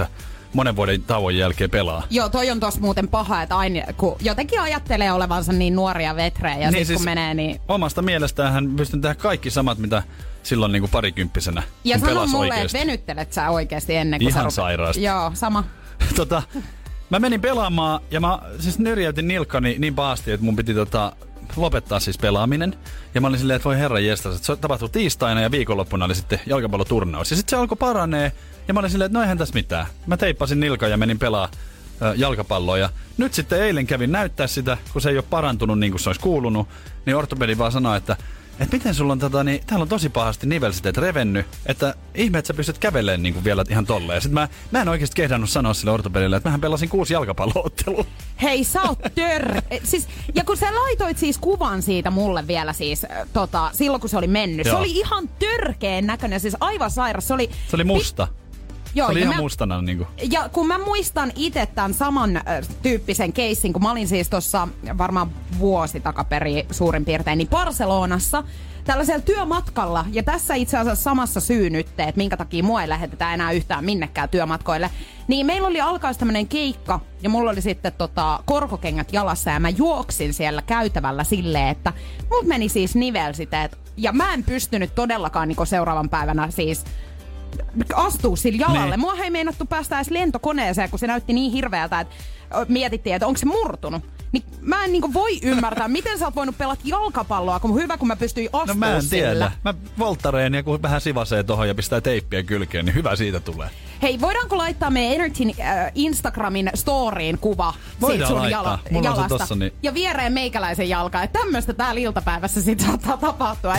monen vuoden tauon jälkeen pelaa. Joo, toi on tossa muuten paha, että aina kun jotenkin ajattelee olevansa niin nuoria vetrejä ja niin sit kun menee niin... Omasta mielestään hän pystyy tehdä kaikki samat, mitä silloin niinku parikymppisenä. Ja sano mulle, että venyttelet sä oikeesti ennen kuin ihan sairaasti. Joo, sama. Mä menin pelaamaan ja mä siis nyrjäytin nilkkani niin pahasti, että mun piti lopettaa siis pelaaminen. Ja mä olin silleen, että voi herran jestas, että se tapahtui tiistaina ja viikonloppuna oli sitten jalkapalloturnaus. Ja sitten se alkoi paranee ja mä olin silleen, että no eihän tässä mitään. Mä teippasin nilkan ja menin pelaa jalkapalloa. Ja nyt sitten eilen kävin näyttää sitä, kun se ei ole parantunut niin kuin se olisi kuulunut. Niin ortopedi vaan sanoi, että miten sulla on täällä on tosi pahasti nivelsiteet revennyt, että ihme, että sä pystyt kävelemään niin kuin vielä ihan tolleen. Ja sit mä en oikeesti kehdannut sanoa sille ortopedille, että mähän pelasin 6 jalkapalloottelua. Hei, sä oot siis, ja kun sä laitoit siis kuvan siitä mulle vielä siis, silloin kun se oli mennyt. Joo. Se oli ihan törkeen näköinen, siis aivan sairas. Se oli musta. Joo, se oli ihan mustana niinku. Ja kun mä muistan itse tämän saman tyyppisen keissin, kun mä olin siis tuossa varmaan vuosi takaperin suurin piirtein, niin Barcelonassa tällaisella työmatkalla, ja tässä itse asiassa samassa syy nyt, että minkä takia mua ei lähetetä enää yhtään minnekään työmatkoille, niin meillä oli alkaa tämmönen keikka, ja mulla oli sitten korkokengät jalassa, ja mä juoksin siellä käytävällä silleen, että mut meni siis nivelsiteet, ja mä en pystynyt todellakaan niin seuraavan päivänä siis astuu sillä jalalle. Mua ei meinattu päästä edes lentokoneeseen, kun se näytti niin hirveältä, että mietittiin, että onko se murtunut. Niin mä en voi ymmärtää, miten sä oot voinut pelata jalkapalloa, kun hyvä, kun mä pystyin astua sillä. No mä en tiedä. Mä voltareen ja kun vähän sivasee tohon ja pistää teippiä kylkeen, niin hyvä siitä tulee. Hei, voidaanko laittaa meidän Energyn Instagramin storyin kuva siitä sun jalasta? Tossa, niin... Ja viereen meikäläisen jalka. Että tämmöstä täällä iltapäivässä sit saattaa tapahtua.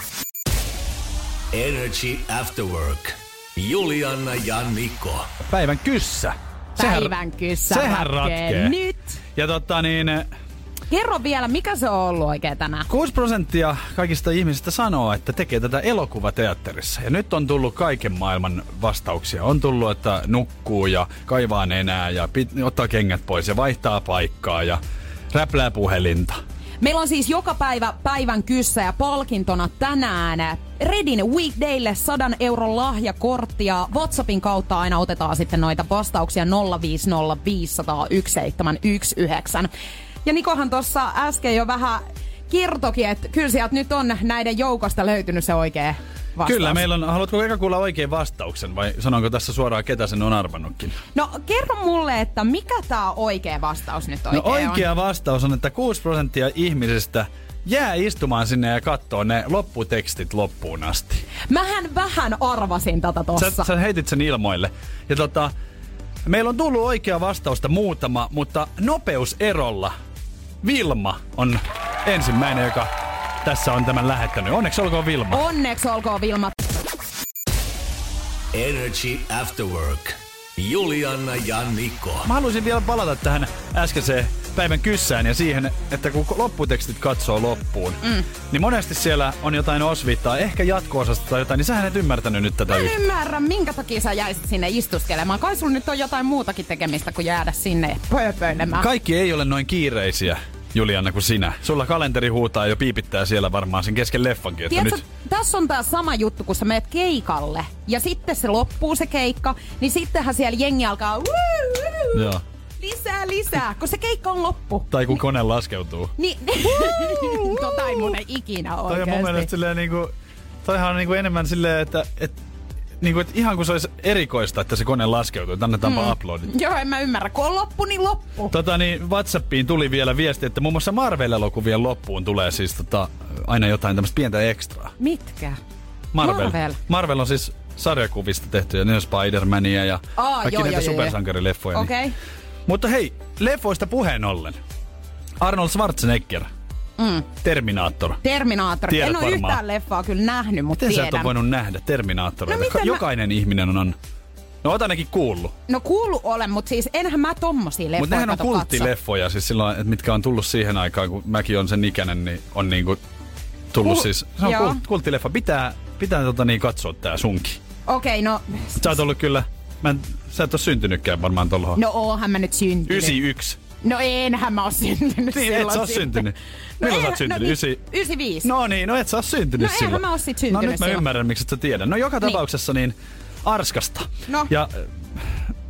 Energy After Work. Julianna ja Niko. Päivän kyssä. Päivän kyssä sehän ratkee nyt. Ja kerro vielä, mikä se on ollut oikein tänään? 6% kaikista ihmisistä sanoo, että tekee tätä elokuvateatterissa. Ja nyt on tullut kaiken maailman vastauksia. On tullut, että nukkuu ja kaivaa nenää ja ottaa kengät pois ja vaihtaa paikkaa ja räplää puhelinta. Meillä on siis joka päivä päivän kyssä ja palkintona tänään Redin Weekdaylle 100 € lahjakortti ja WhatsAppin kautta aina otetaan sitten noita vastauksia 050501719. Ja Nikohan tuossa äsken jo vähän kertokin, että kyllä sieltä nyt on näiden joukosta löytynyt se oikea vastaus. Kyllä, meillä on, haluatko eka kuulla oikein vastauksen vai sanonko tässä suoraan, ketä sen on arvannutkin? No kerro mulle, että mikä tää oikea vastaus nyt oikein on? No oikea vastaus on, että 6% ihmisistä jää istumaan sinne ja katsoo ne lopputekstit loppuun asti. Mähän vähän arvasin tätä tossa. Sä heitit sen ilmoille. Ja meillä on tullut oikea vastausta muutama, mutta nopeuserolla Vilma on ensimmäinen, joka tässä on tämän lähettänyt. Onneksi olkoon Vilma. Onneksi olkoon Vilma. Energy After Work. Julianna ja Niko. Mä haluaisin vielä palata tähän äskeiseen päivän kyssään ja siihen, että kun lopputekstit katsoo loppuun, niin monesti siellä on jotain osviittaa, ehkä jatko-osasta tai jotain, niin sähän et ymmärtänyt nyt tätä yhtä. Mä en ymmärrä, minkä takia sä jäisit sinne istuskelemaan. Kai sulla nyt on jotain muutakin tekemistä kuin jäädä sinne pööpöilemään. Kaikki ei ole noin kiireisiä, Julianna, kuin sinä. Sulla kalenteri huutaa ja piipittää siellä varmaan sen kesken leffankin. Tiedätkö, tässä on tää sama juttu, kun sä menet keikalle ja sitten se loppuu se keikka, niin sittenhän siellä jengi alkaa Joo. Lisää, kun se keikka on loppu. Tai kun kone laskeutuu. Niin, tota ei muuten ikinä oikeesti. Toi on mun mielestä silleen niinku, toihan on niinku enemmän silleen, että niinku, et ihan kun se olisi erikoista, että se kone laskeutuu, että annetaanpa uploadit. Joo, en mä ymmärrä. Kun on loppu, niin loppu. Niin WhatsAppiin tuli vielä viesti, että muun muassa Marvel-elokuvien loppuun tulee siis aina jotain tämmöistä pientä ekstraa. Mitkä? Marvel on siis sarjakuvista tehty ja ne on Spider-Mania ja kaikki näitä supersankarileffoja. Okei. Niin. Mutta hei, leffoista puheen ollen. Arnold Schwarzenegger. Terminaattor. Tiedät en ole yhtään leffaa kyllä nähnyt, mutta tiedän. Miten sä et ole voinut nähdä Terminaattoreita? Jokainen ihminen on... No oot ainakin kuullut. No kuullut olen, mutta siis enhän mä tommosia leffoja Mutta nehän on kulttileffoja, siis silloin, että mitkä on tullut siihen aikaan, kun mäkin on sen ikäinen, niin on niinku tullut siis... Se on kulttileffa. Pitää katsoa tää sunkin. Okei, no... Sä oot ollut kyllä... Sä et oo syntynytkään varmaan tolloon. No oohan mä nyt syntynyt. 91. No enhän mä oo syntynyt niin, et sä oo syntynyt. Milloin sä oot syntynyt? 95. No niin, no et sä oo syntynyt silloin. No enhän mä oo sit syntynyt. No nyt mä ymmärrän, miksi et sä tiedä. No joka tapauksessa niin Arskasta. No. Ja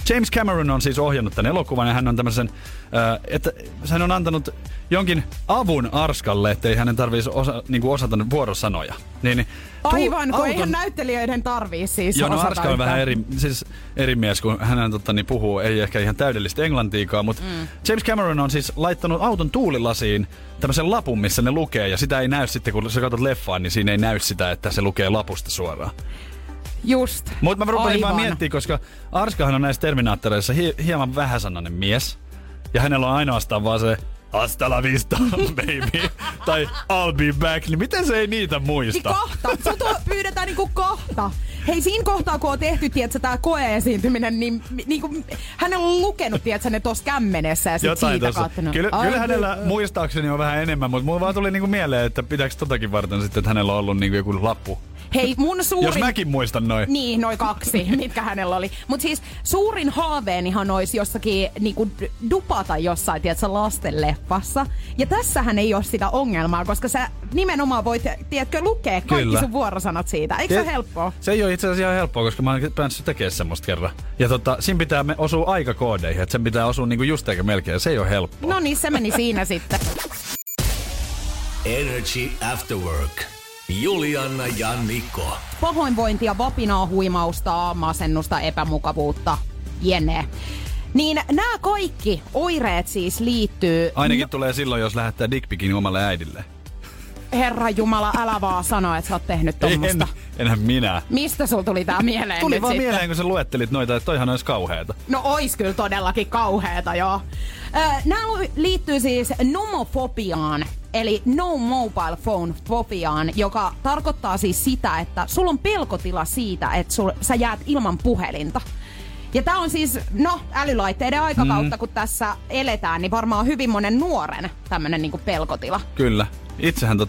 James Cameron on siis ohjannut tämän elokuvan ja hän on tämmöisen, että hän on antanut jonkin avun Arskalle, ettei hänen tarvitsisi osata vuorosanoja. Aivan, kun eihän näyttelijöiden tarvii siis osata. Joo, Arska on vähän eri mies, kun hän puhuu, ei ehkä ihan täydellistä englantiikaan, mutta James Cameron on siis laittanut auton tuulilasiin tämmöisen lapun, missä ne lukee, ja sitä ei näy sitten, kun sä katsot leffaan, niin siinä ei näy sitä, että se lukee lapusta suoraan. Just. Mutta mä rupesin vaan miettimään, koska Arskahan on näissä Terminaattoreissa hieman vähäsanainen mies, ja hänellä on ainoastaan vaan se hasta la vista, baby, tai I'll be back, niin miten se ei niitä muista? Niin kahta, pyydetään niinku kahta. Hei, siinä kohtaa, kun on tehty, tiedätkö, tää koe-esiintyminen, niin niinku, hänellä on lukenut, tiedätkö, ne tossa kämmenessä ja sit jotain siitä kattonut. Kyllä hänellä muistaakseni on vähän enemmän, mutta mulla vaan tuli niinku mieleen, että pitääkö totakin varten sitten, että hänellä on ollut niinku joku lappu. Hei, mun suurin... Jos mäkin muistan noin. Niin, noin 2, mitkä hänellä oli. Mut siis suurin haaveenihan olisi jossakin niinku dupata jossain, tiedätkö, lastenleffassa. Ja tässähän ei ole sitä ongelmaa, koska sä nimenomaan voit, tiedätkö, lukea kaikki sun vuorosanat siitä. Eikö se ole helppoa? Se ei ole itse asiassa ihan helppoa, koska mä oon päässyt tekemään semmoista kerran. Ja siinä pitää osua aikakoodeihin, että sen pitää osua niinku just eikä melkein. Se ei ole helppoa. No niin, se meni siinä sitten. Energy After Work. Julianna ja Niko. Pahoinvointia, vapinaa, huimausta, masennusta, epämukavuutta, jene. Niin nämä kaikki oireet siis liittyy... Ainakin tulee silloin, jos lähettää dickpicin omalle äidille. Herra Jumala, älä vaan sano, että sä oot tehnyt tommosta. Enhän minä. Mistä sul tuli tää mieleen? Tuli vaan mieleen, kun sä luettelit noita, että toihan olisi kauheeta. No ois kyllä todellakin kauheeta, joo. Nämä liittyy siis nomofobiaan, eli no mobile phone fobiaan, joka tarkoittaa siis sitä, että sulla on pelkotila siitä, että sä jäät ilman puhelinta. Ja tää on siis, älylaitteiden aikakautta, kun tässä eletään, niin varmaan hyvin monen nuoren tämmönen niinku pelkotila. Kyllä. Itsehän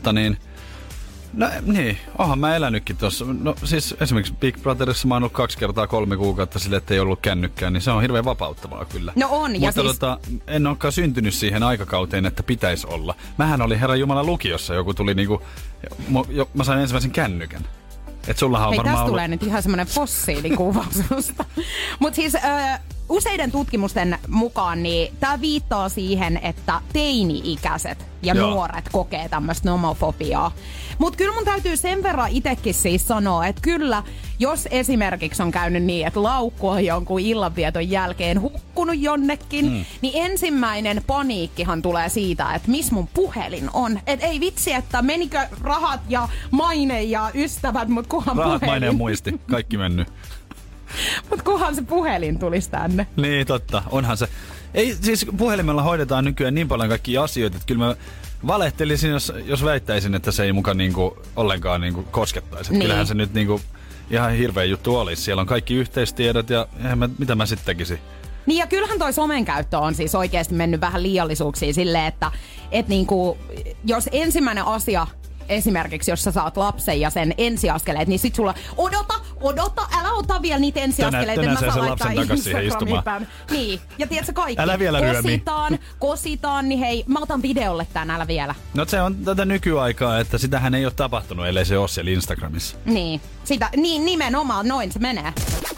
oonhan mä elänytkin tossa. No siis esimerkiksi Big Brotherissa mä oon ollut 2 kertaa 3 kuukautta sille, ettei ollut kännykkää, niin se on hirveän vapauttavaa kyllä. No on, ja mutta siis... en olekaan syntynyt siihen aikakauteen, että pitäisi olla. Mähän oli Herran Jumala lukiossa, joku tuli niinku, mä sain ensimmäisen kännykän. Et sullahan on varmaan tästä ollut... tulee nyt ihan semmonen fossiilikuvaus susta. Mut siis useiden tutkimusten mukaan niin tää viittaa siihen, että teini-ikäiset ja nuoret kokee tämmöistä nomofobiaa. Mut kyllä mun täytyy sen verran itekin siis sanoa, että kyllä, jos esimerkiksi on käynyt niin, että laukku on jonkun illanvieton jälkeen hukkunut jonnekin, niin ensimmäinen paniikkihan tulee siitä, että missä mun puhelin on. Et ei vitsi, että menikö rahat ja maine ja ystävät, mut kunhan rahat, puhelin. maine ja muisti, kaikki mennyt. Mut kunhan se puhelin tulisi tänne. Niin, totta. Onhan se. Ei, siis puhelimella hoidetaan nykyään niin paljon kaikkia asioita, että kyllä mä valehtelisin, jos väittäisin, että se ei mukaan niinku ollenkaan niinku koskettaisi. Niin. Kyllähän se nyt niinku ihan hirveä juttu olisi. Siellä on kaikki yhteistiedot ja mitä mä sitten tekisin. Niin ja kyllähän toi somen käyttö on siis oikeasti mennyt vähän liiallisuuksiin silleen, että niinku, jos ensimmäinen asia esimerkiksi, jos sä saat lapsen ja sen ensiaskeleet, niin sit sulla odota, älä ota vielä niitä ensiaskeleita, että mä saan laittaa Instagramiin päin. Niin, ja tiedätkö kaikki? Älä vielä kositaan, niin hei, mä otan videolle tän, älä vielä. No se on tätä nykyaikaa, että sitähän ei ole tapahtunut, ellei se ole siellä Instagramissa. Niin, niin nimenomaan, noin se menee.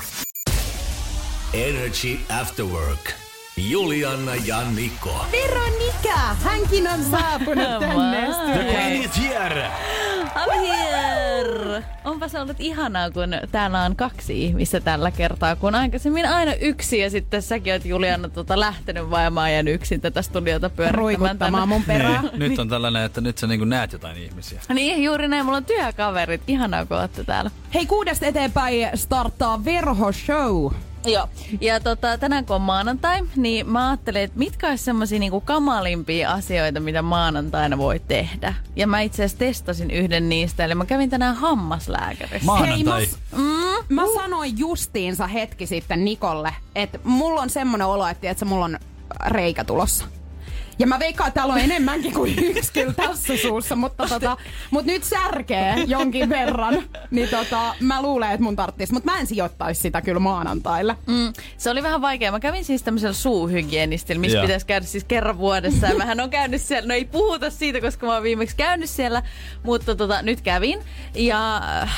Energy After Work. Julianna ja Niko. Veronika, hänkin on saapunut tänne. The queen is here! I'm here! Onpa se ollut ihanaa, kun täällä on 2 ihmistä tällä kertaa, kun aikaisemmin aina yksi ja sitten säkin oot Julianna lähtenyt vaan mä ajan yksin tätä studiota pyörittämään mun perään. Niin, nyt on tällainen, että nyt sä niinku näet jotain ihmisiä. Niin, juuri näin. Mulla on työkaverit. Ihanaa, kun ootte täällä. Hei, 6 eteenpäin starttaa Verho Show. Joo. Ja tänään kun on maanantai, niin mä ajattelin, että mitkä olisi semmosia niinku kamalimpia asioita, mitä maanantaina voi tehdä. Ja mä itse asiassa testasin yhden niistä, eli mä kävin tänään hammaslääkärissä. Maanantai? Hei, mä sanoin justiinsa hetki sitten Nikolle, että mulla on semmonen olo, että mulla on reikä tulossa. Ja mä veikkaan, että täällä on enemmänkin kuin yksi kyllä tässä suussa, mutta nyt särkee jonkin verran. Niin mä luulen, että mun tarttis, mutta mä en sijoittaisi sitä kyllä maanantaille. Se oli vähän vaikea. Mä kävin siis tämmöisellä suuhygienistillä, missä pitäisi käydä siis kerran vuodessa. Ja mähän on käynyt siellä, no ei puhuta siitä, koska mä oon viimeksi käynyt siellä, mutta nyt kävin. Ja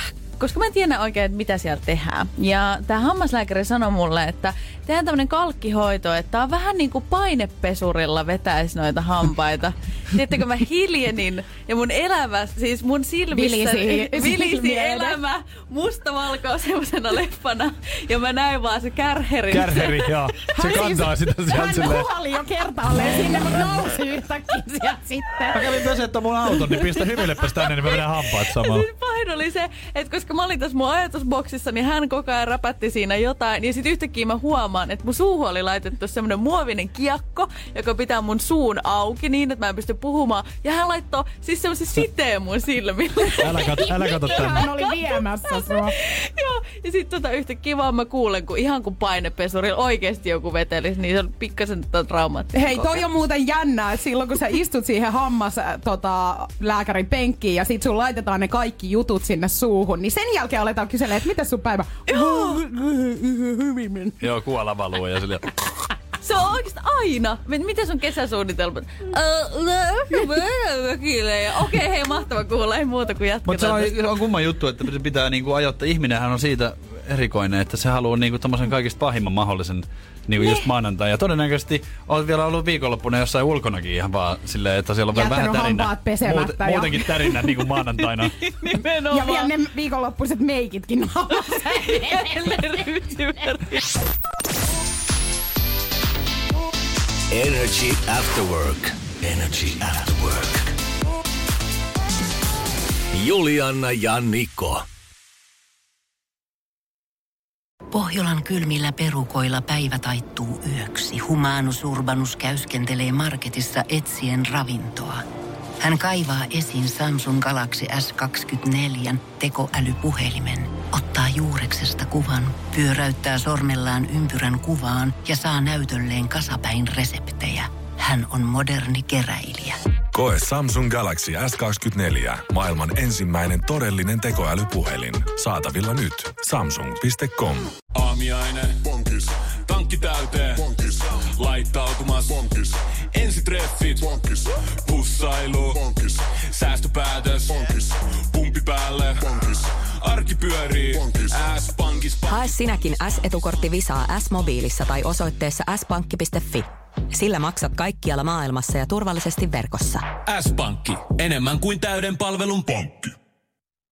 koska mä en tiedä oikein, että mitä siellä tehdään. Ja tää hammaslääkäri sanoi mulle, että tehdään tämmönen kalkkihoito, että tää on vähän niin kuin painepesurilla vetäisi noita hampaita. Tiedättekö, mä hiljenin ja mun elämä, siis mun silmissä vilisi elämä mustavalkoisena leppana. Ja mä näin vaan se kärheri. Kärheri, joo. Se kantaa sitä sieltä Hän silleen. kuoli jo kertaalleen sinne, mutta nousi yhtäkkiä sieltä sitten. Mä kävin pesettä mun auton, niin pistä hymyilepäs tänne, niin mä vedän hampaat samalla. Pahin oli se, että koska mä olin tässä mun ajatusboksissa, niin hän koko ajan räpätti siinä jotain. Ja sit yhtäkkiä mä huomaan, että mun suuhun oli laitettu semmonen muovinen kiekko, joka pitää mun suun auki niin, että mä en pysty puhumaan. Ja hän laittoi siis semmoisen siteen mun silmille. Älä kato tänne. Hän oli viemässä sua. Joo, ja sit yhtäkkiä vaan mä kuulen, kun ihan kuin painepesurilla oikeesti joku vetelis, niin se on pikkasen traumaattista. Hei, toi on muuten jännää, että silloin kun sä istut siihen lääkärin penkkiin ja sit sun laitetaan ne kaikki jutut sinne suuhun, niin sen jälkeen aletaan kyselemään, että miten sun päivä? Joo, kuola valuu ja silleen. Se on oikeesti aina. Miten sun kesäsuunnitelmat? Okei, hei, mahtava kuulla. Ei muuta kuin jatketaan. Mutta se on kumma juttu, että se pitää niinku ajoittaa. Ihminenhän on siitä erikoinen, että se haluaa niinku tommosen kaikista pahimman mahdollisen niinku just maanantai. Ja todennäköisesti olet vielä ollut viikonloppuna jossain ulkonakin ihan vaan silleen, että siellä on vielä vähän tärinä. Muutenkin tärinä niinku maanantaina. Nimenomaan. Ja vielä ne viikonloppuiset meikitkin naamassa. Energy After Work. Energy After Work. Julianna ja Niko. Pohjolan kylmillä perukoilla päivä taittuu yöksi. Humanus Urbanus käyskentelee marketissa etsien ravintoa. Hän kaivaa esiin Samsung Galaxy S24 tekoälypuhelimen, ottaa juureksesta kuvan, pyöräyttää sormellaan ympyrän kuvaan ja saa näytölleen kasapäin reseptejä. Hän on moderni keräilijä. Koe Samsung Galaxy S24. Maailman ensimmäinen todellinen tekoälypuhelin. Saatavilla nyt. Samsung.com. Aamiaine. Bonkis. Tankki täyteen. Bonkis. Laittautumas. Bonkis. Ensitreffit. Bonkis. Pussailu. Bonkis. Säästöpäätös. Bonkis. Pumpi päälle. Bonkis. Arki pyörii. Bonkis. S-pankis. Hae sinäkin S-etukortti Visaa S-mobiilissa tai osoitteessa s-pankki.fi. Sillä maksat kaikkialla maailmassa ja turvallisesti verkossa. S-pankki. Enemmän kuin täyden palvelun pankki.